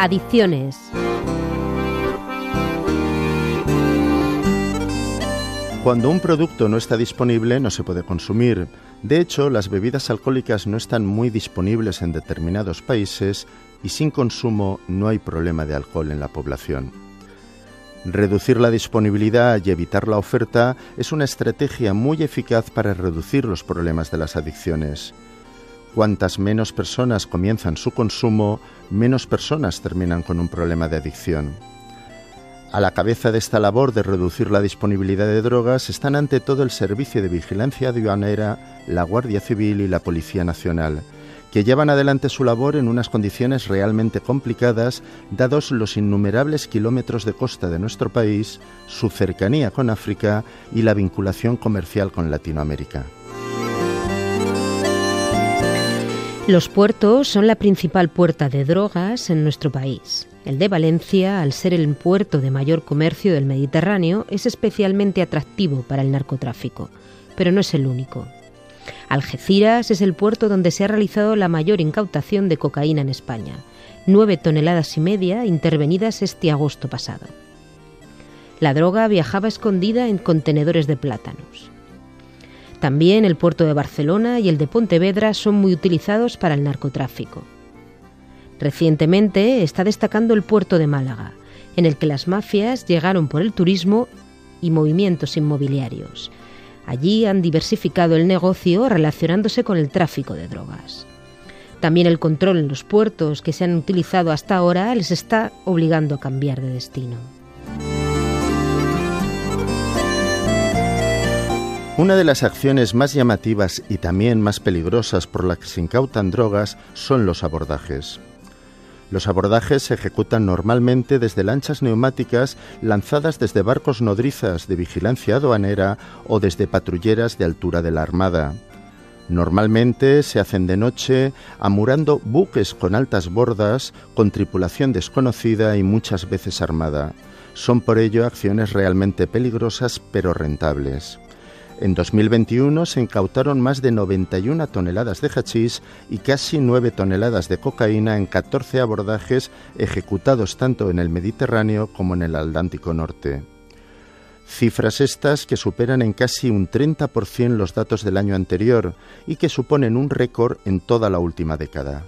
Adicciones. Cuando un producto no está disponible, no se puede consumir. De hecho, las bebidas alcohólicas no están muy disponibles en determinados países y sin consumo no hay problema de alcohol en la población. Reducir la disponibilidad y evitar la oferta es una estrategia muy eficaz para reducir los problemas de las adicciones. Cuantas menos personas comienzan su consumo, menos personas terminan con un problema de adicción. A la cabeza de esta labor de reducir la disponibilidad de drogas están ante todo el Servicio de Vigilancia Aduanera, la Guardia Civil y la Policía Nacional, que llevan adelante su labor en unas condiciones realmente complicadas, dados los innumerables kilómetros de costa de nuestro país, su cercanía con África y la vinculación comercial con Latinoamérica. Los puertos son la principal puerta de drogas en nuestro país. El de Valencia, al ser el puerto de mayor comercio del Mediterráneo, es especialmente atractivo para el narcotráfico, pero no es el único. Algeciras es el puerto donde se ha realizado la mayor incautación de cocaína en España, 9,5 toneladas intervenidas este agosto pasado. La droga viajaba escondida en contenedores de plátanos. También el puerto de Barcelona y el de Pontevedra son muy utilizados para el narcotráfico. Recientemente está destacando el puerto de Málaga, en el que las mafias llegaron por el turismo y movimientos inmobiliarios. Allí han diversificado el negocio relacionándose con el tráfico de drogas. También el control en los puertos que se han utilizado hasta ahora les está obligando a cambiar de destino. Una de las acciones más llamativas y también más peligrosas por las que se incautan drogas son los abordajes. Los abordajes se ejecutan normalmente desde lanchas neumáticas lanzadas desde barcos nodrizas de vigilancia aduanera o desde patrulleras de altura de la Armada. Normalmente se hacen de noche amurando buques con altas bordas, con tripulación desconocida y muchas veces armada. Son por ello acciones realmente peligrosas pero rentables. En 2021 se incautaron más de 91 toneladas de hachís y casi 9 toneladas de cocaína en 14 abordajes ejecutados tanto en el Mediterráneo como en el Atlántico Norte. Cifras estas que superan en casi un 30% los datos del año anterior y que suponen un récord en toda la última década.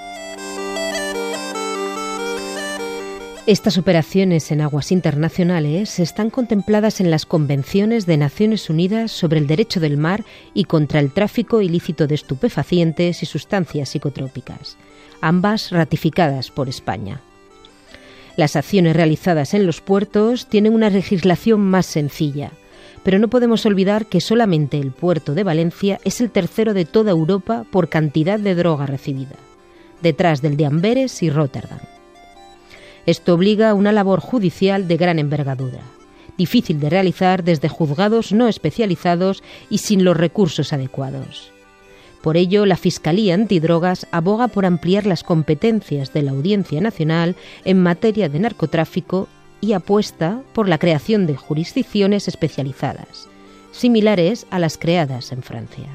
Estas operaciones en aguas internacionales están contempladas en las Convenciones de Naciones Unidas sobre el Derecho del Mar y contra el tráfico ilícito de estupefacientes y sustancias psicotrópicas, ambas ratificadas por España. Las acciones realizadas en los puertos tienen una legislación más sencilla, pero no podemos olvidar que solamente el puerto de Valencia es el tercero de toda Europa por cantidad de droga recibida, detrás del de Amberes y Róterdam. Esto obliga a una labor judicial de gran envergadura, difícil de realizar desde juzgados no especializados y sin los recursos adecuados. Por ello, la Fiscalía Antidrogas aboga por ampliar las competencias de la Audiencia Nacional en materia de narcotráfico y apuesta por la creación de jurisdicciones especializadas, similares a las creadas en Francia.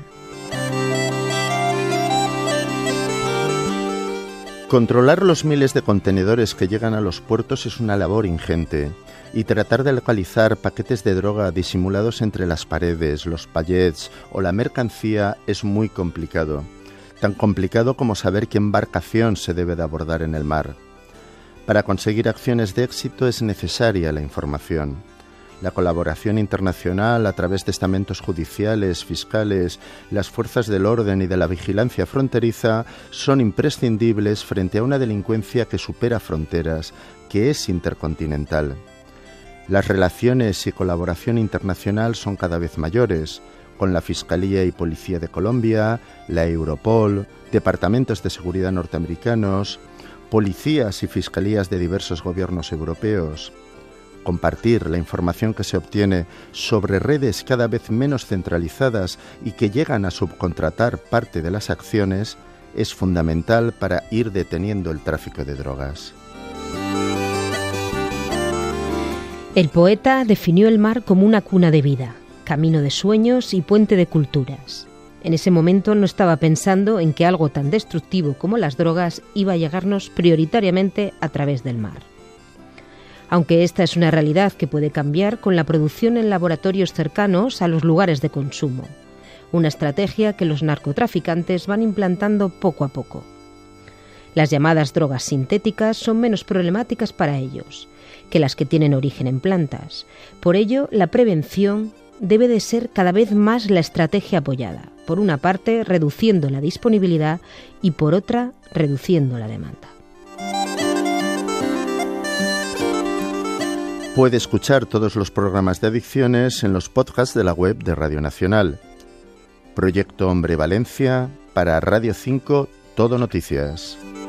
Controlar los miles de contenedores que llegan a los puertos es una labor ingente, y tratar de localizar paquetes de droga disimulados entre las paredes, los pallets o la mercancía es muy complicado, tan complicado como saber qué embarcación se debe de abordar en el mar. Para conseguir acciones de éxito es necesaria la información. La colaboración internacional a través de estamentos judiciales, fiscales, las fuerzas del orden y de la vigilancia fronteriza son imprescindibles frente a una delincuencia que supera fronteras, que es intercontinental. Las relaciones y colaboración internacional son cada vez mayores, con la Fiscalía y Policía de Colombia, la Europol, departamentos de seguridad norteamericanos, policías y fiscalías de diversos gobiernos europeos. Compartir la información que se obtiene sobre redes cada vez menos centralizadas y que llegan a subcontratar parte de las acciones es fundamental para ir deteniendo el tráfico de drogas. El poeta definió el mar como una cuna de vida, camino de sueños y puente de culturas. En ese momento no estaba pensando en que algo tan destructivo como las drogas iba a llegarnos prioritariamente a través del mar. Aunque esta es una realidad que puede cambiar con la producción en laboratorios cercanos a los lugares de consumo, una estrategia que los narcotraficantes van implantando poco a poco. Las llamadas drogas sintéticas son menos problemáticas para ellos que las que tienen origen en plantas. Por ello, la prevención debe de ser cada vez más la estrategia apoyada, por una parte reduciendo la disponibilidad y por otra reduciendo la demanda. Puede escuchar todos los programas de adicciones en los podcasts de la web de Radio Nacional. Proyecto Hombre Valencia para Radio 5 Todo Noticias.